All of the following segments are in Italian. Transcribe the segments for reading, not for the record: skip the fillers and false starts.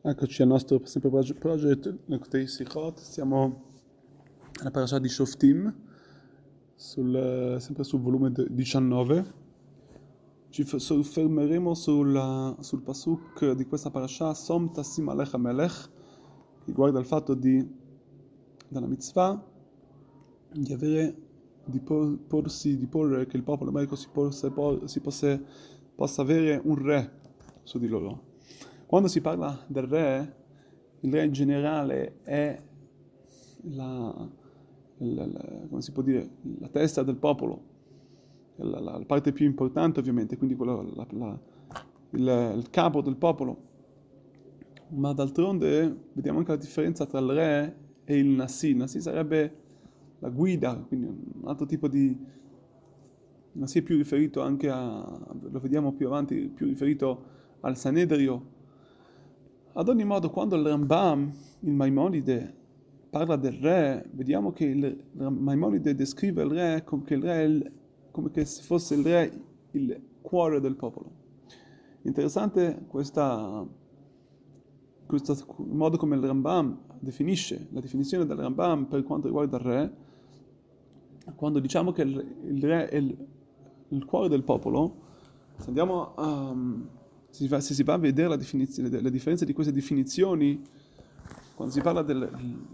Eccoci al nostro sempre project Noctei Sichot. Siamo alla parasha di Shoftim, sempre sul volume 19. Ci soffermeremo sul pasuk di questa parasha, Som Tassim Alech HaMelech, che riguarda il fatto della mitzvah di porre che il popolo ebraico possa avere un re su di loro. Quando si parla del re, il re in generale è come si può dire, la testa del popolo, la parte più importante ovviamente, quindi il capo del popolo. Ma d'altronde vediamo anche la differenza tra il re e il Nasi. Il Nasi sarebbe la guida, quindi un altro tipo di... Nasi è più riferito anche lo vediamo più avanti, più riferito al Sanedrio. Ad ogni modo, quando il Rambam, il Maimonide, parla del re, vediamo che il Maimonide descrive il re come che se fosse il re il cuore del popolo. Interessante il modo come il Rambam definisce, la definizione del Rambam per quanto riguarda il re, quando diciamo che il re è il cuore del popolo, se andiamo se si va a vedere la differenza di queste definizioni, quando si parla del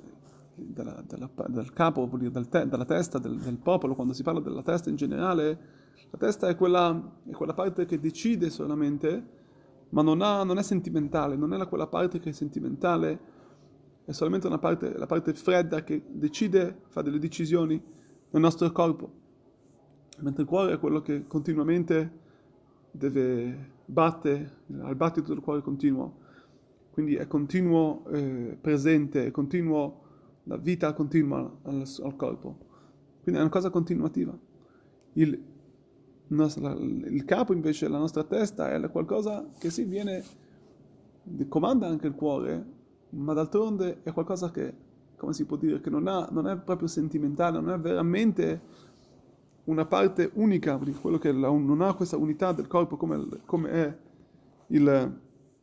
capo, della testa del popolo, quando si parla della testa in generale, la testa è quella parte che decide solamente, ma non è sentimentale, non è quella parte che è sentimentale, è solamente la parte fredda che decide, fa delle decisioni nel nostro corpo, mentre il cuore è quello che continuamente batte, al battito del cuore continuo, quindi è continuo presente, è continuo, la vita continua al corpo, quindi è una cosa continuativa. Il capo invece, la nostra testa, è qualcosa che comanda anche il cuore, ma d'altronde è qualcosa che, come si può dire, che non è proprio sentimentale, non è veramente una parte unica, quello che non ha questa unità del corpo come è il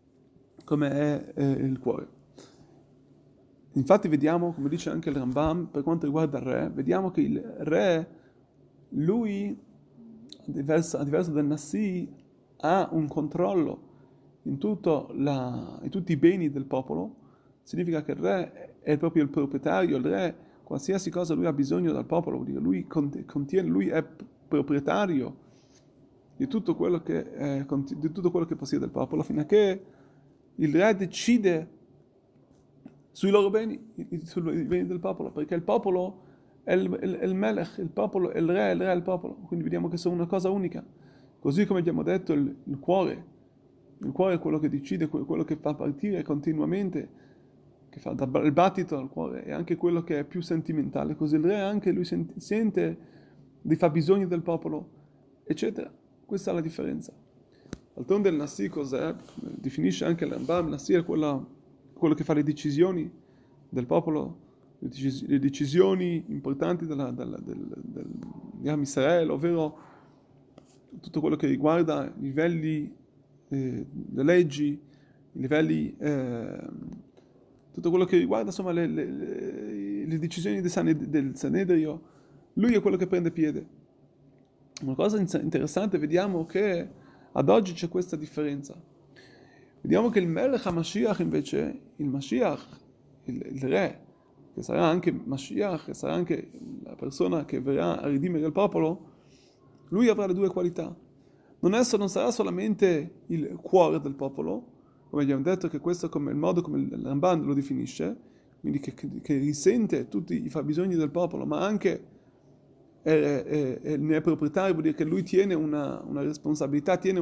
cuore. Infatti vediamo, come dice anche il Rambam, per quanto riguarda il re, vediamo che il re, lui, a diverso del Nasi, ha un controllo in tutti i beni del popolo. Significa che il re è proprio il proprietario, il re, qualsiasi cosa lui ha bisogno dal popolo, lui è proprietario di tutto quello che possiede il popolo, fino a che il re decide sui loro beni, sui beni del popolo, perché il popolo è il melech, il popolo è il re è il popolo, quindi vediamo che sono una cosa unica. Così come abbiamo detto, il cuore è quello che decide, quello che fa partire continuamente, che fa il battito al cuore, è anche quello che è più sentimentale, così il re anche lui sente di fa bisogno del popolo, eccetera. Questa è la differenza. D'altronde il Nasi cos'è? Definisce anche il Rambam, il Nasi è quello che fa le decisioni del popolo, le decisioni importanti di Am Israele, ovvero tutto quello che riguarda i livelli, le leggi, i livelli, tutto quello che riguarda insomma le decisioni del Sanedrio. Lui è quello che prende piede. Una cosa interessante, vediamo che ad oggi c'è questa differenza. Vediamo che il Melech HaMashiach invece, il Mashiach, il re, che sarà anche Mashiach, che sarà anche la persona che verrà a redimere il popolo, lui avrà le due qualità. Non sarà solamente il cuore del popolo, come abbiamo detto che questo è il modo come il Ramban lo definisce, quindi che risente tutti i fabbisogni del popolo, ma anche ne è proprietario, vuol dire che lui tiene una responsabilità, tiene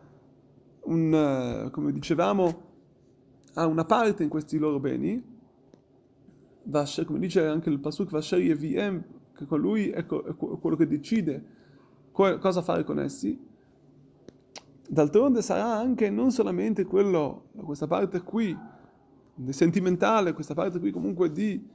come dicevamo, ha una parte in questi loro beni, come dice anche il Pasuk, Vasher Yeviem, che con lui è quello che decide cosa fare con essi. D'altronde sarà anche non solamente questa parte qui sentimentale, questa parte qui comunque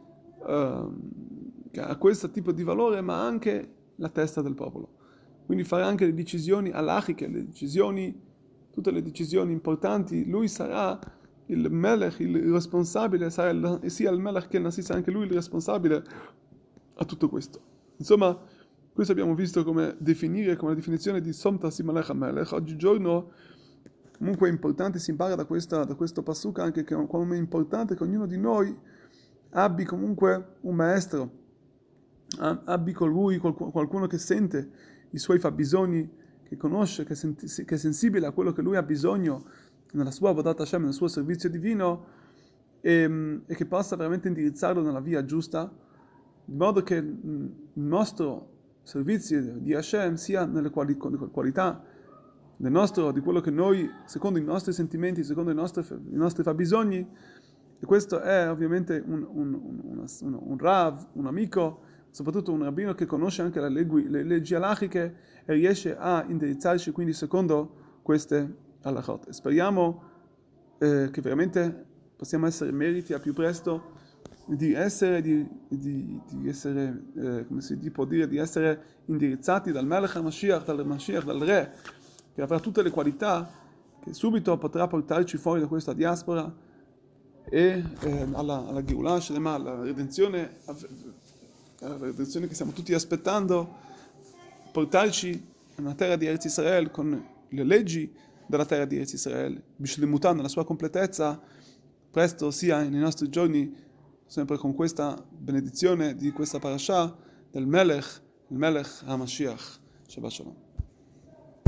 che ha questo tipo di valore, ma anche la testa del popolo. Quindi farà anche le decisioni halachiche, tutte le decisioni importanti, lui sarà il Melech, il responsabile, sia il Melech che il Nassi, sia anche lui il responsabile a tutto questo. Insomma, questo abbiamo visto come definire, come la definizione di Somta Simalech HaMelech. Oggigiorno comunque è importante, si impara da questo pasuk anche che come è importante che ognuno di noi abbi comunque un maestro, abbi colui, qualcuno che sente i suoi fabbisogni, che conosce, che è sensibile a quello che lui ha bisogno nella sua Avodat Hashem, nel suo servizio divino, e che possa veramente indirizzarlo nella via giusta, in modo che il nostro servizio di Hashem sia nelle qualità di quello che noi, secondo i nostri sentimenti, secondo i nostri fabbisogni, e questo è ovviamente un Rav, un amico, soprattutto un rabbino che conosce anche le leggi halachiche e riesce a indirizzarci quindi secondo queste halachot. Speriamo che veramente possiamo essere meriti a più presto di essere, come si può dire, di essere indirizzati dal Melech HaMashiach, dal Re, che avrà tutte le qualità, che subito potrà portarci fuori da questa diaspora e alla Geulah Shlema, alla redenzione che stiamo tutti aspettando, portarci in una terra di Eretz Israel con le leggi della terra di Eretz Israel, Bishlemutan nella sua completezza, presto sia nei nostri giorni, sempre con questa benedizione di questa parasha del Melech, il Melech HaMashiach. Shabbat Shalom.